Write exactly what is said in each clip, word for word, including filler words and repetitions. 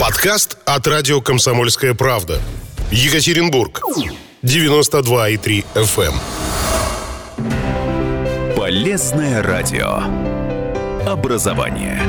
Подкаст от радио «Комсомольская правда». Екатеринбург. девяносто два и три эф эм. Полезное радио. Образование.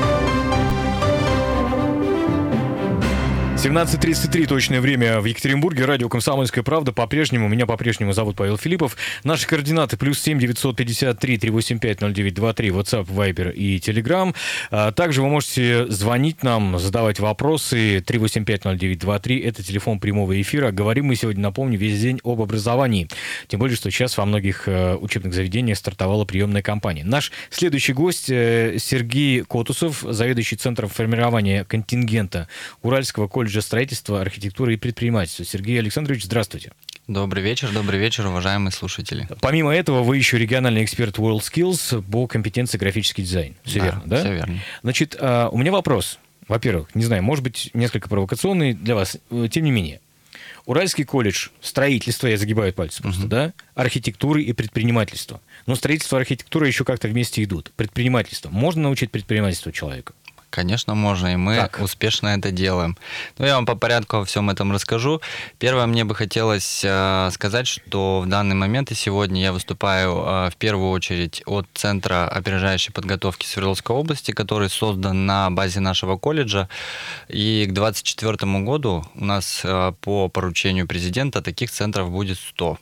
семнадцать тридцать три точное время в Екатеринбурге. Радио «Комсомольская правда» по-прежнему. Меня по-прежнему зовут Павел Филиппов. Наши координаты плюс семь девятьсот пятьдесят три триста восемьдесят пять ноль девять двадцать три, WhatsApp, Viber и Telegram. Также вы можете звонить нам, задавать вопросы. триста восемьдесят пять ноль девять двадцать три – это телефон прямого эфира. Говорим мы сегодня, напомню, весь день об образовании. Тем более, что сейчас во многих учебных заведениях стартовала приемная кампания. Наш следующий гость Сергей Котусов, заведующий Центром формирования контингента Уральского колледжа строительства, архитектуры и предпринимательства. Сергей Александрович, здравствуйте. Добрый вечер, добрый вечер, уважаемые слушатели. Помимо этого, вы еще региональный эксперт WorldSkills по компетенции графический дизайн. Все да, верно, да? Все верно. Значит, у меня вопрос. Во-первых, не знаю, может быть, несколько провокационный для вас, тем не менее. Уральский колледж строительства, я загибаю пальцы просто, uh-huh. да, архитектуры и предпринимательства. Но строительство и архитектура еще как-то вместе идут. Предпринимательство. Можно научить предпринимательству человека? Конечно, можно, и мы как? успешно это делаем. Ну, я вам по порядку о всем этом расскажу. Первое, мне бы хотелось э, сказать, что в данный момент и сегодня я выступаю э, в первую очередь от Центра опережающей подготовки Свердловской области, который создан на базе нашего колледжа. И к двадцать четвёртому году у нас э, по поручению президента таких центров будет сто.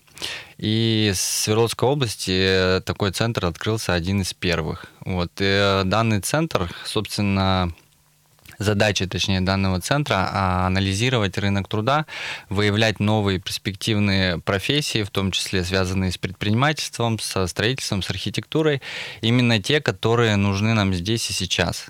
И в Свердловской области такой центр открылся один из первых. Вот. И данный центр, собственно, задача, точнее, данного центра – анализировать рынок труда, выявлять новые перспективные профессии, в том числе связанные с предпринимательством, со строительством, с архитектурой, именно те, которые нужны нам здесь и сейчас.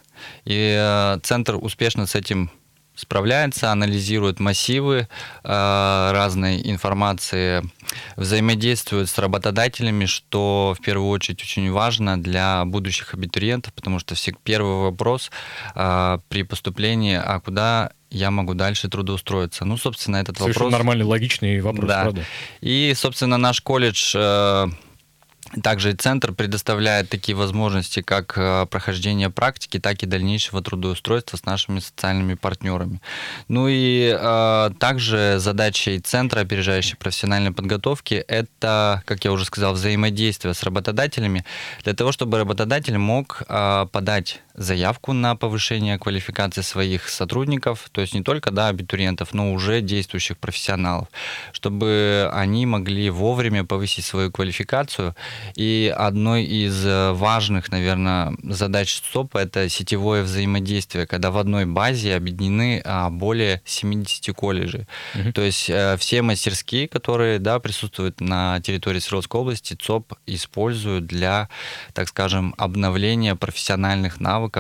И центр успешно с этим справляется, анализирует массивы э, разной информации, взаимодействует с работодателями, что в первую очередь очень важно для будущих абитуриентов, потому что все, первый вопрос э, при поступлении, а куда я могу дальше трудоустроиться? Ну, собственно, этот Совершенно вопрос... Совершенно нормальный, логичный вопрос, да. правда? И, собственно, наш колледж... Э, Также центр предоставляет такие возможности, как прохождение практики, так и дальнейшего трудоустройства с нашими социальными партнерами. Ну и э, также задачей Центра опережающей профессиональной подготовки – это, как я уже сказал, взаимодействие с работодателями, для того, чтобы работодатель мог э, подать заявку на повышение квалификации своих сотрудников, то есть не только да, абитуриентов, но уже действующих профессионалов, чтобы они могли вовремя повысить свою квалификацию. И одной из важных, наверное, задач ЦОПа – это сетевое взаимодействие, когда в одной базе объединены более семьдесят колледжей. Uh-huh. То есть все мастерские, которые да, присутствуют на территории Свердловской области, ЦОП используют для, так скажем, обновления профессиональных навыков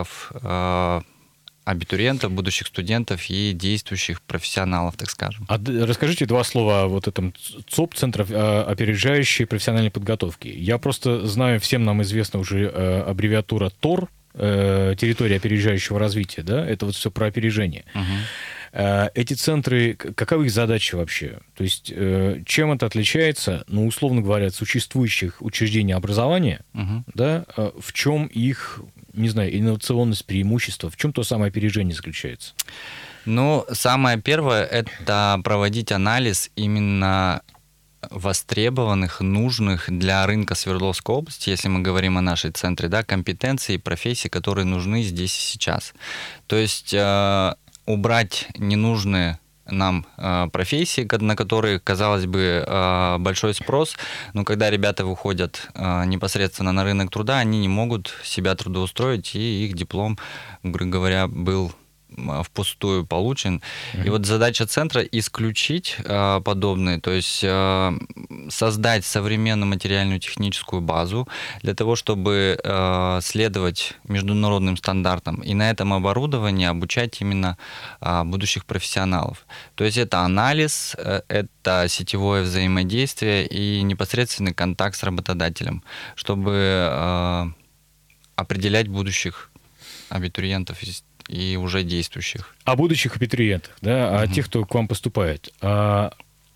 абитуриентов, будущих студентов и действующих профессионалов, так скажем. А расскажите два слова о вот этом ЦОП, Центр опережающей профессиональной подготовки. Я просто знаю, всем нам известна уже аббревиатура ТОР, территория опережающего развития, да, это вот все про опережение. Uh-huh. Эти центры, каковы их задачи вообще? То есть чем это отличается, ну, условно говоря, от существующих учреждений образования, uh-huh. да, в чем их, не знаю, инновационность, преимущество, в чем то самое опережение заключается? Ну, самое первое – это проводить анализ именно востребованных, нужных для рынка Свердловской области, если мы говорим о нашей центре, да, компетенций и профессий, которые нужны здесь и сейчас. То есть э, убрать ненужные нам э, профессии, на которые, казалось бы, э, большой спрос, но когда ребята выходят э, непосредственно на рынок труда, они не могут себя трудоустроить, и их диплом, грубо говоря, был впустую получен. Mm-hmm. И вот задача центра исключить э, подобные, то есть э, создать современную материальную техническую базу для того, чтобы э, следовать международным стандартам и на этом оборудовании обучать именно э, будущих профессионалов. То есть это анализ, э, это сетевое взаимодействие и непосредственный контакт с работодателем, чтобы э, определять будущих абитуриентов и уже действующих. О будущих абитуриентах, да, о uh-huh. тех, кто к вам поступает. А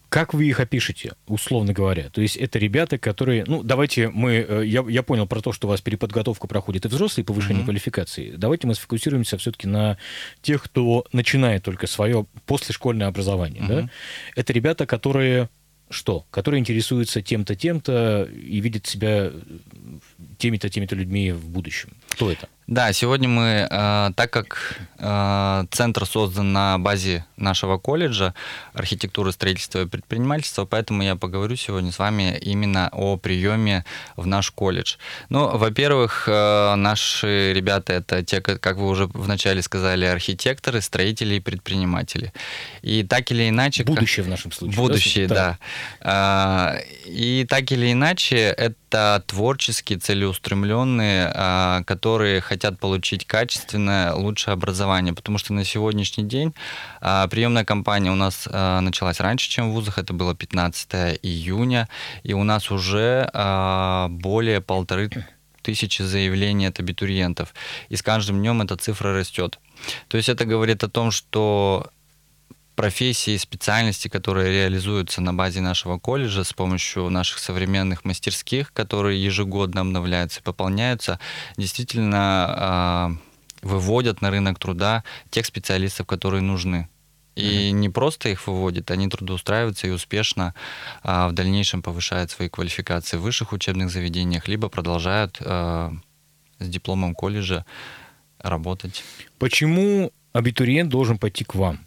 Как вы их опишете, условно говоря? То есть это ребята, которые... Ну, давайте мы... Я, я понял про то, что у вас переподготовка проходит и взрослые, повышение mm-hmm. квалификации. Давайте мы сфокусируемся все-таки на тех, кто начинает только свое послешкольное образование. Mm-hmm. Да? Это ребята, которые... Что? Которые интересуются тем-то, тем-то и видят себя теми-то, теми-то людьми в будущем. Кто это? Да, сегодня мы, э, так как э, центр создан на базе нашего колледжа архитектуры, строительства и предпринимательства, поэтому я поговорю сегодня с вами именно о приеме в наш колледж. Ну, во-первых, э, наши ребята — это те, как вы уже вначале сказали, архитекторы, строители и предприниматели. И так или иначе... Будущее в нашем случае. Будущее, да. да. Э, и так или иначе, это творческие, целеустремленные, э, которые хотят хотят получить качественное, лучшее образование, потому что на сегодняшний день а, приемная кампания у нас а, началась раньше, чем в вузах, это было пятнадцатого июня, и у нас уже а, более полторы тысячи заявлений от абитуриентов, и с каждым днем эта цифра растет. То есть это говорит о том, что профессии и специальности, которые реализуются на базе нашего колледжа с помощью наших современных мастерских, которые ежегодно обновляются и пополняются, действительно э, выводят на рынок труда тех специалистов, которые нужны. И mm-hmm. не просто их выводят, они трудоустраиваются и успешно э, в дальнейшем повышают свои квалификации в высших учебных заведениях, либо продолжают э, с дипломом колледжа работать. Почему абитуриент должен пойти к вам?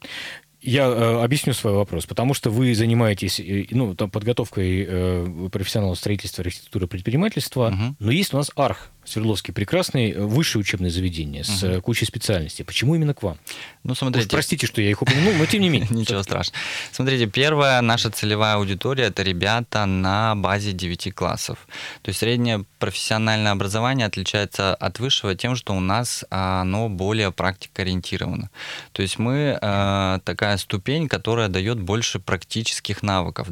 Я э, объясню свой вопрос. Потому что вы занимаетесь э, ну, там, подготовкой э, профессионалов строительства, архитектуры, предпринимательства, угу. но есть у нас АРХ, Свердловский прекрасный, высшее учебное заведение с угу. кучей специальностей. Почему именно к вам? Ну, смотрите... Уж простите, что я их упомянул, но тем не менее. Ничего страшного. Смотрите, первая наша целевая аудитория — это ребята на базе девяти классов. То есть среднее профессиональное образование отличается от высшего тем, что у нас оно более практикоориентировано. То есть мы такая ступень, которая дает больше практических навыков,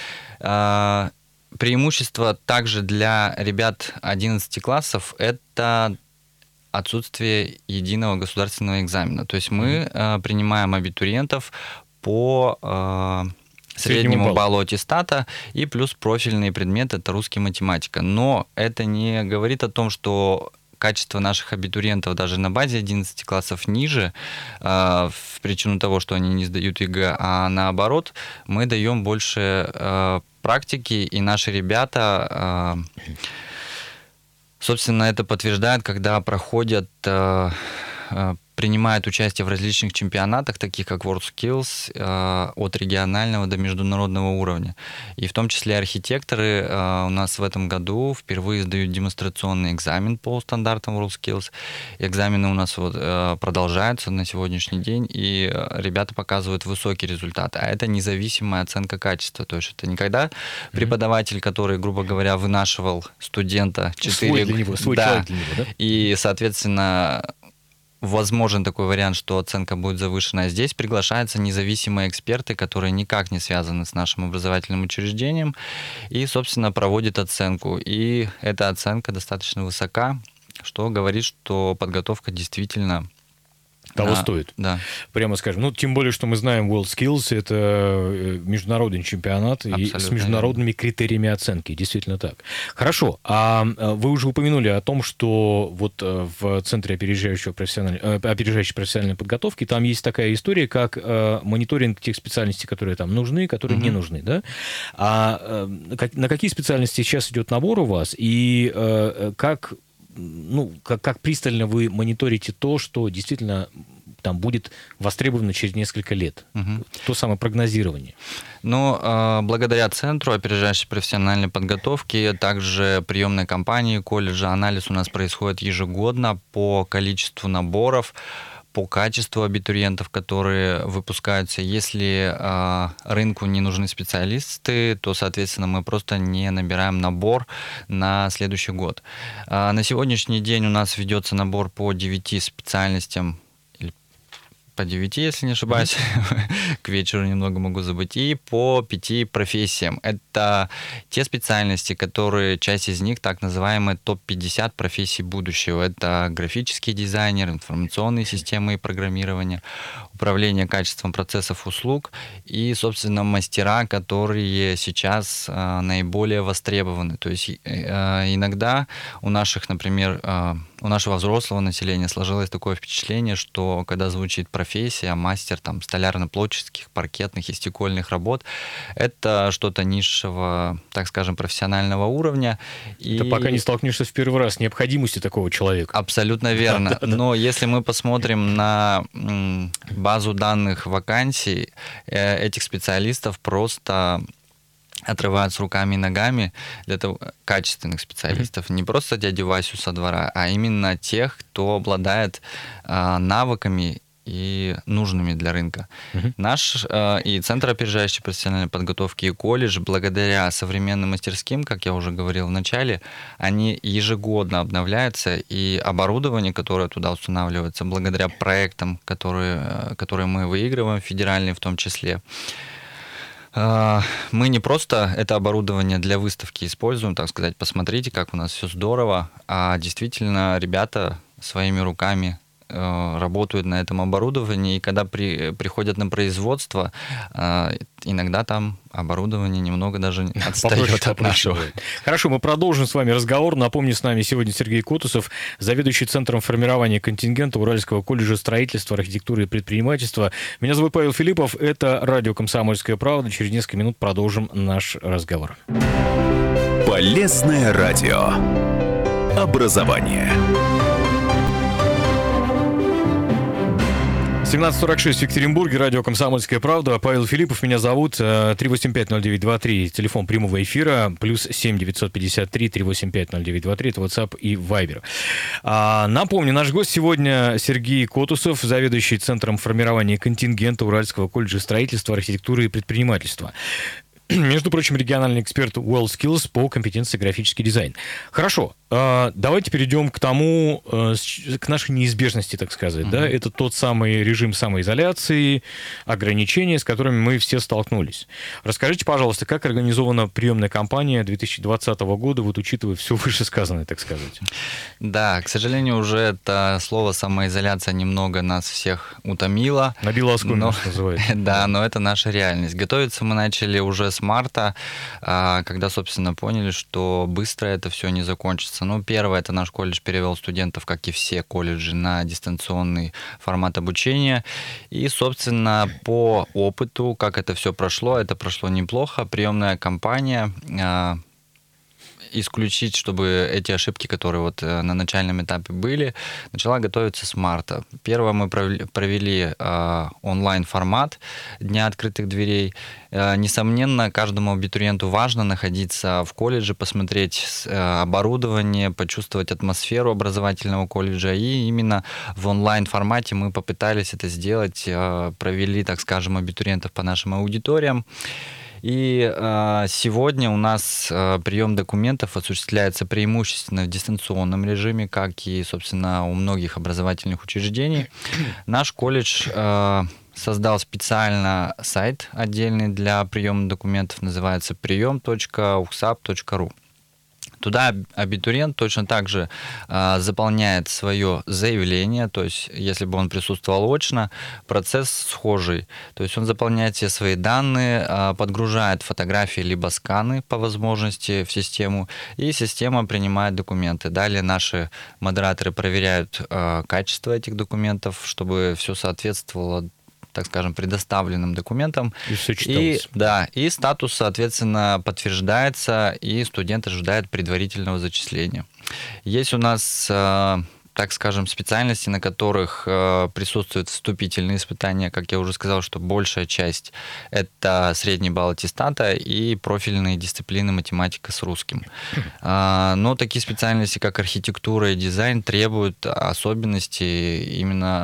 да. Преимущество также для ребят одиннадцати классов — это отсутствие единого государственного экзамена. То есть мы э, принимаем абитуриентов по э, среднему баллу. баллу аттестата и плюс профильные предметы — это русский, математика. Но это не говорит о том, что качество наших абитуриентов даже на базе одиннадцати классов ниже, э, в причину того, что они не сдают ЕГЭ, а наоборот, мы даем больше э, практики, и наши ребята, э, собственно, это подтверждают, когда проходят, э, э, принимают участие в различных чемпионатах, таких как WorldSkills, э, от регионального до международного уровня. И в том числе архитекторы э, у нас в этом году впервые сдают демонстрационный экзамен по стандартам WorldSkills. Экзамены у нас вот, э, продолжаются на сегодняшний день, и ребята показывают высокий результат. А это независимая оценка качества. То есть это не когда mm-hmm. преподаватель, который, грубо говоря, вынашивал студента четыре года, свой для него, свой да, человек для него, да? И, соответственно, возможен такой вариант, что оценка будет завышена. Здесь приглашаются независимые эксперты, которые никак не связаны с нашим образовательным учреждением, и, собственно, проводят оценку. И эта оценка достаточно высока, что говорит, что подготовка действительно того а, стоит. Да. Прямо скажем. Ну, тем более, что мы знаем, WorldSkills — это международный чемпионат и с международными верно. критериями оценки. Действительно так. Хорошо. А вы уже упомянули о том, что вот в Центре опережающей профессиональной, опережающей профессиональной подготовки там есть такая история, как мониторинг тех специальностей, которые там нужны, которые mm-hmm. не нужны. Да? А на какие специальности сейчас идет набор у вас? И как... ну, как, как пристально вы мониторите то, что действительно там будет востребовано через несколько лет? Угу. То самое прогнозирование. Ну, э, благодаря Центру опережающей профессиональной подготовки, также приемной кампании колледжа, анализ у нас происходит ежегодно по количеству наборов, по качеству абитуриентов, которые выпускаются. Если э, рынку не нужны специалисты, то, соответственно, мы просто не набираем набор на следующий год. Э, на сегодняшний день у нас ведется набор по девяти специальностям, по девяти, если не ошибаюсь, mm-hmm. к вечеру немного могу забыть, и по пяти профессиям. Это те специальности, которые, часть из них так называемые топ пятьдесят профессий будущего. Это графический дизайнер, информационные системы и программирование, управление качеством процессов услуг и, собственно, мастера, которые сейчас э, наиболее востребованы. То есть э, иногда у наших, например, э, у нашего взрослого населения сложилось такое впечатление, что когда звучит профессия, мастер там, столярно-плотческих, паркетных и стекольных работ, это что-то низшего, так скажем, профессионального уровня. Это и... пока не столкнешься в первый раз с необходимостью такого человека. Абсолютно верно. Но если мы посмотрим на базу данных вакансий, этих специалистов просто отрывают руками и ногами для того, качественных специалистов, mm-hmm. не просто дядю Васю со двора, а именно тех, кто обладает э, навыками и нужными для рынка. Mm-hmm. Наш э, и Центр опережающей профессиональной подготовки, и колледж, благодаря современным мастерским, как я уже говорил в начале, они ежегодно обновляются, и оборудование, которое туда устанавливается, благодаря проектам, которые, которые мы выигрываем, федеральные в том числе, мы не просто это оборудование для выставки используем, так сказать, посмотрите, как у нас все здорово, а действительно ребята своими руками работают на этом оборудовании, и когда при, приходят на производство, иногда там оборудование немного даже отстает от нашего. Хорошо, мы продолжим с вами разговор. Напомню, с нами сегодня Сергей Котусов, заведующий Центром формирования контингента Уральского колледжа строительства, архитектуры и предпринимательства. Меня зовут Павел Филиппов, это радио «Комсомольская правда». Через несколько минут продолжим наш разговор. Полезное радио. Образование. семнадцать сорок шесть в Екатеринбурге, радио «Комсомольская правда». Павел Филиппов меня зовут. три восемь пять ноль девять два три, телефон прямого эфира, плюс семь девятьсот пятьдесят три триста восемьдесят пять ноль девять два три, это WhatsApp и Viber. А, напомню, наш гость сегодня Сергей Котусов, заведующий Центром формирования контингента Уральского колледжа строительства, архитектуры и предпринимательства. Между прочим, региональный эксперт WorldSkills по компетенции графический дизайн. Хорошо, давайте перейдем к тому, к нашей неизбежности, так сказать. Mm-hmm. Да? Это тот самый режим самоизоляции, ограничения, с которыми мы все столкнулись. Расскажите, пожалуйста, как организована приемная кампания две тысячи двадцатого года, вот учитывая все вышесказанное, так сказать? Да, к сожалению, уже это слово «самоизоляция» немного нас всех утомило. Набило оскомину, что называется. Да, но это наша реальность. Готовиться мы начали уже с марта, когда, собственно, поняли, что быстро это все не закончится. Ну, первое, это наш колледж перевел студентов, как и все колледжи, на дистанционный формат обучения. И, собственно, по опыту, как это все прошло, это прошло неплохо. Приемная кампания, исключить, чтобы эти ошибки, которые вот на начальном этапе были, начала готовиться с марта. Первое, мы провели онлайн-формат Дня открытых дверей. Несомненно, каждому абитуриенту важно находиться в колледже, посмотреть оборудование, почувствовать атмосферу образовательного колледжа. И именно в онлайн-формате мы попытались это сделать, провели, так скажем, абитуриентов по нашим аудиториям. И э, сегодня у нас э, прием документов осуществляется преимущественно в дистанционном режиме, как и, собственно, у многих образовательных учреждений. Наш колледж э, создал специально сайт отдельный для приема документов, называется прием точка ухсап точка ру. Туда абитуриент точно так же э, заполняет свое заявление, то есть если бы он присутствовал очно, процесс схожий. То есть он заполняет все свои данные, э, подгружает фотографии либо сканы по возможности в систему, и система принимает документы. Далее наши модераторы проверяют э, качество этих документов, чтобы все соответствовало, так скажем, предоставленным документам. И все читалось. И, да, и статус, соответственно, подтверждается, и студент ожидает предварительного зачисления. Есть у нас, так скажем, специальности, на которых присутствуют вступительные испытания. Как я уже сказал, что большая часть — это средний балл аттестата и профильные дисциплины математика с русским. Но такие специальности, как архитектура и дизайн, требуют особенностей именно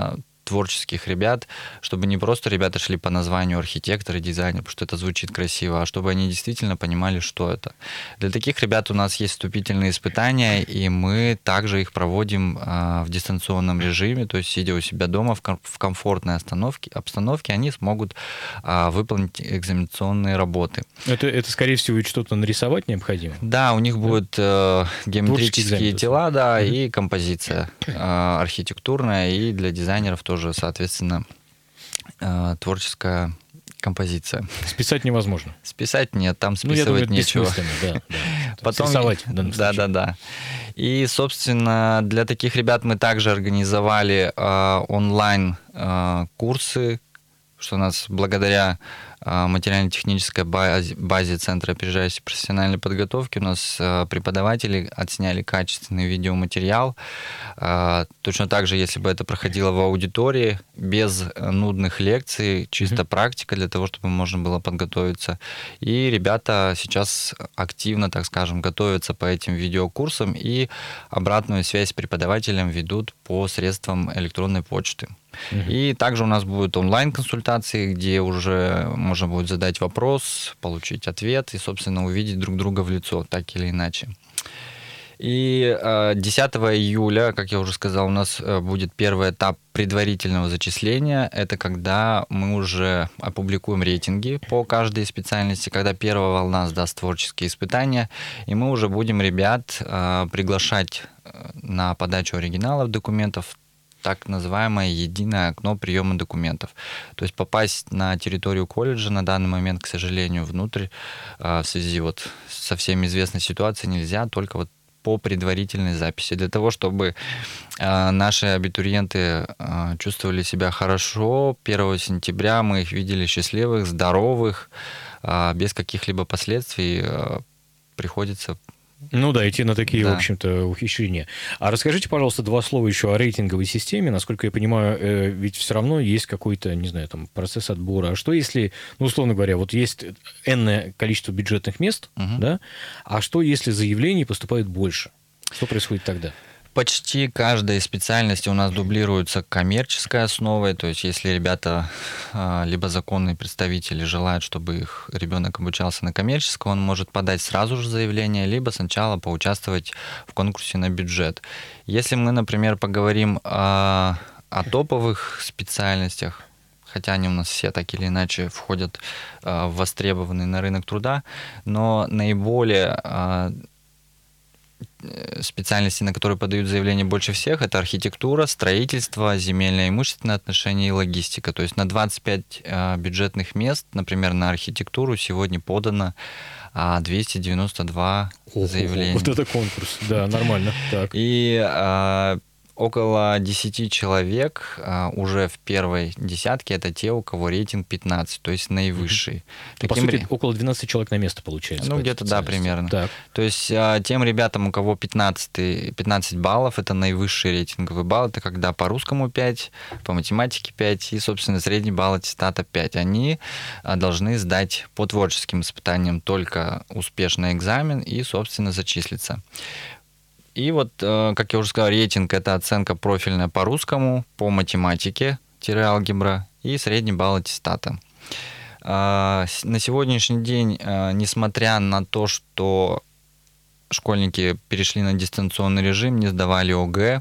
творческих ребят, чтобы не просто ребята шли по названию архитектор и дизайнер, потому что это звучит красиво, а чтобы они действительно понимали, что это. Для таких ребят у нас есть вступительные испытания, и мы также их проводим а, в дистанционном режиме, то есть сидя у себя дома в, ком- в комфортной обстановке, обстановке, они смогут а, выполнить экзаменационные работы. Это, это, скорее всего, что-то нарисовать необходимо? Да, у них да? будут э, геометрические тела, да, mm-hmm. и композиция э, архитектурная, и для дизайнеров тоже, соответственно, э, творческая композиция. Списать невозможно? Списать нет, там списывать ну, я думаю, нечего. Да, да. Потом рисовать. Да, да, да. И, собственно, для таких ребят мы также организовали э, онлайн э, курсы, что у нас благодаря э, материально-технической базе, базе Центра опережающей профессиональной подготовки у нас э, преподаватели отсняли качественный видеоматериал. Э, точно так же, если бы это проходило в аудитории, без нудных лекций, чисто mm-hmm. практика для того, чтобы можно было подготовиться. И ребята сейчас активно, так скажем, готовятся по этим видеокурсам и обратную связь с преподавателем ведут по средствам электронной почты. Uh-huh. И также у нас будут онлайн-консультации, где уже можно будет задать вопрос, получить ответ и, собственно, увидеть друг друга в лицо, так или иначе. И десятого июля, как я уже сказал, у нас будет первый этап предварительного зачисления. Это когда мы уже опубликуем рейтинги по каждой специальности, когда первая волна сдаст творческие испытания, и мы уже будем ребят приглашать на подачу оригиналов документов, так называемое единое окно приема документов. То есть попасть на территорию колледжа на данный момент, к сожалению, внутрь в связи вот со всеми известной ситуацией нельзя, только вот по предварительной записи. Для того, чтобы наши абитуриенты чувствовали себя хорошо, первого сентября мы их видели счастливых, здоровых, без каких-либо последствий, приходится... Ну да, идти на такие, да. в общем-то, ухищрения. А расскажите, пожалуйста, два слова еще о рейтинговой системе. Насколько я понимаю, э, ведь все равно есть какой-то, не знаю, там, процесс отбора. А что если, ну, условно говоря, вот есть энное количество бюджетных мест, uh-huh. да, а что если заявлений поступает больше? Что происходит тогда? Почти каждой специальности у нас дублируется коммерческой основой, то есть если ребята, либо законные представители желают, чтобы их ребенок обучался на коммерческом, он может подать сразу же заявление, либо сначала поучаствовать в конкурсе на бюджет. Если мы, например, поговорим о, о топовых специальностях, хотя они у нас все так или иначе входят в востребованный на рынок труда, но наиболее... специальности, на которые подают заявление больше всех, это архитектура, строительство, земельное и имущественное отношение и логистика. То есть на двадцать пять э, бюджетных мест, например, на архитектуру сегодня подано э, двести девяносто два Ого, заявления. Вот это конкурс, да, нормально. Так. И э, около десять человек а, уже в первой десятке, это те, у кого рейтинг пятнадцать, то есть наивысший. Mm-hmm. Таким... По сути, ре... около двенадцать человек на место получается. Ну, где-то, да, примерно. Так. То есть а, тем ребятам, у кого пятнадцать, пятнадцать баллов, это наивысший рейтинговый балл, это когда по русскому пять, по математике пять и, собственно, средний балл аттестата пять. Они а, должны сдать по творческим испытаниям только успешный экзамен и, собственно, зачислиться. И вот, как я уже сказал, рейтинг – это оценка профильная по русскому, по математике, алгебра и средний балл аттестата. На сегодняшний день, несмотря на то, что школьники перешли на дистанционный режим, не сдавали ОГЭ,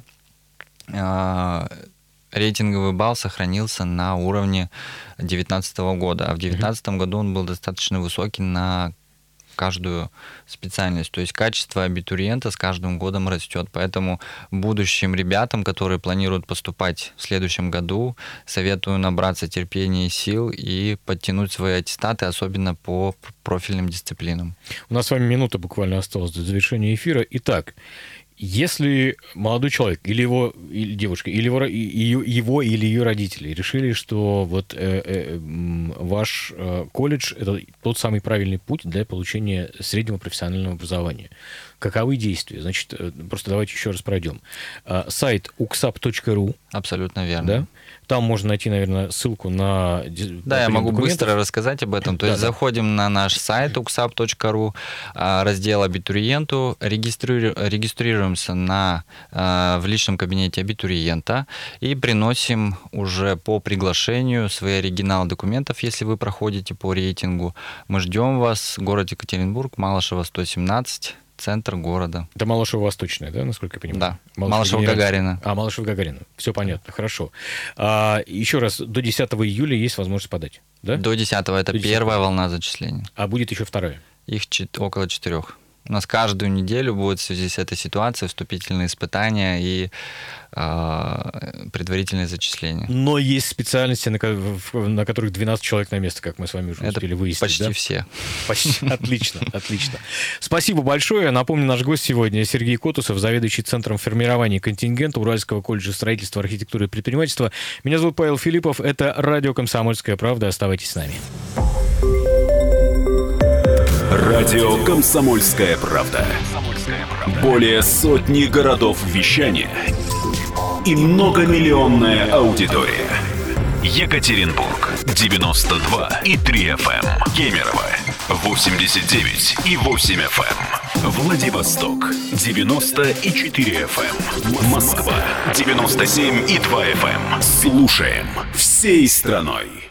рейтинговый балл сохранился на уровне две тысячи девятнадцатого года, а в две тысячи девятнадцатом году он был достаточно высокий на каждую специальность. То есть качество абитуриента с каждым годом растет. Поэтому будущим ребятам, которые планируют поступать в следующем году, советую набраться терпения и сил и подтянуть свои аттестаты, особенно по профильным дисциплинам. У нас с вами минута буквально осталась до завершения эфира. Итак, если молодой человек или его или девушка, или его, его или ее родители решили, что вот э, э, ваш э, колледж – это тот самый правильный путь для получения среднего профессионального образования, Каковы действия? Значит, просто давайте еще раз пройдем. Сайт уксап точка ру. Абсолютно верно. Да? Там можно найти, наверное, ссылку на... Да, я могу документов. быстро рассказать об этом. То да, есть да. заходим на наш сайт уксап точка ру, раздел «Абитуриенту», регистри... регистрируемся на, в личном кабинете абитуриента и приносим уже по приглашению свои оригиналы документов, если вы проходите по рейтингу. Мы ждем вас, город Екатеринбург, Малышева, сто семнадцать. Центр города. Это Малышево-Восточная, да, насколько я понимаю? Да, Малышево-Гагарина. А, Малышево-Гагарина. Все понятно, хорошо. А, еще раз, до десятого июля есть возможность подать, да? До десятого, это до десятого. Первая волна зачисления. А будет еще вторая? Их чет- около четырех. У нас каждую неделю будет в связи с этой ситуацией вступительные испытания и э, предварительные зачисления. Но есть специальности, на, на которых двенадцать человек на место, как мы с вами уже успели Это выяснить. Почти да? все. Почти. Отлично, отлично. Спасибо большое. Напомню, наш гость сегодня Сергей Котусов, заведующий Центром формирования контингента Уральского колледжа строительства, архитектуры и предпринимательства. Меня зовут Павел Филиппов. Это радио «Комсомольская правда». Оставайтесь с нами. Радио «Комсомольская правда». Более сотни городов вещания и многомиллионная аудитория. Екатеринбург девяносто два и три эф эм, Кемерово восемьдесят девять и восемь эф эм, Владивосток девяносто и четыре эф эм, Москва девяносто семь и два эф эм. Слушаем всей страной.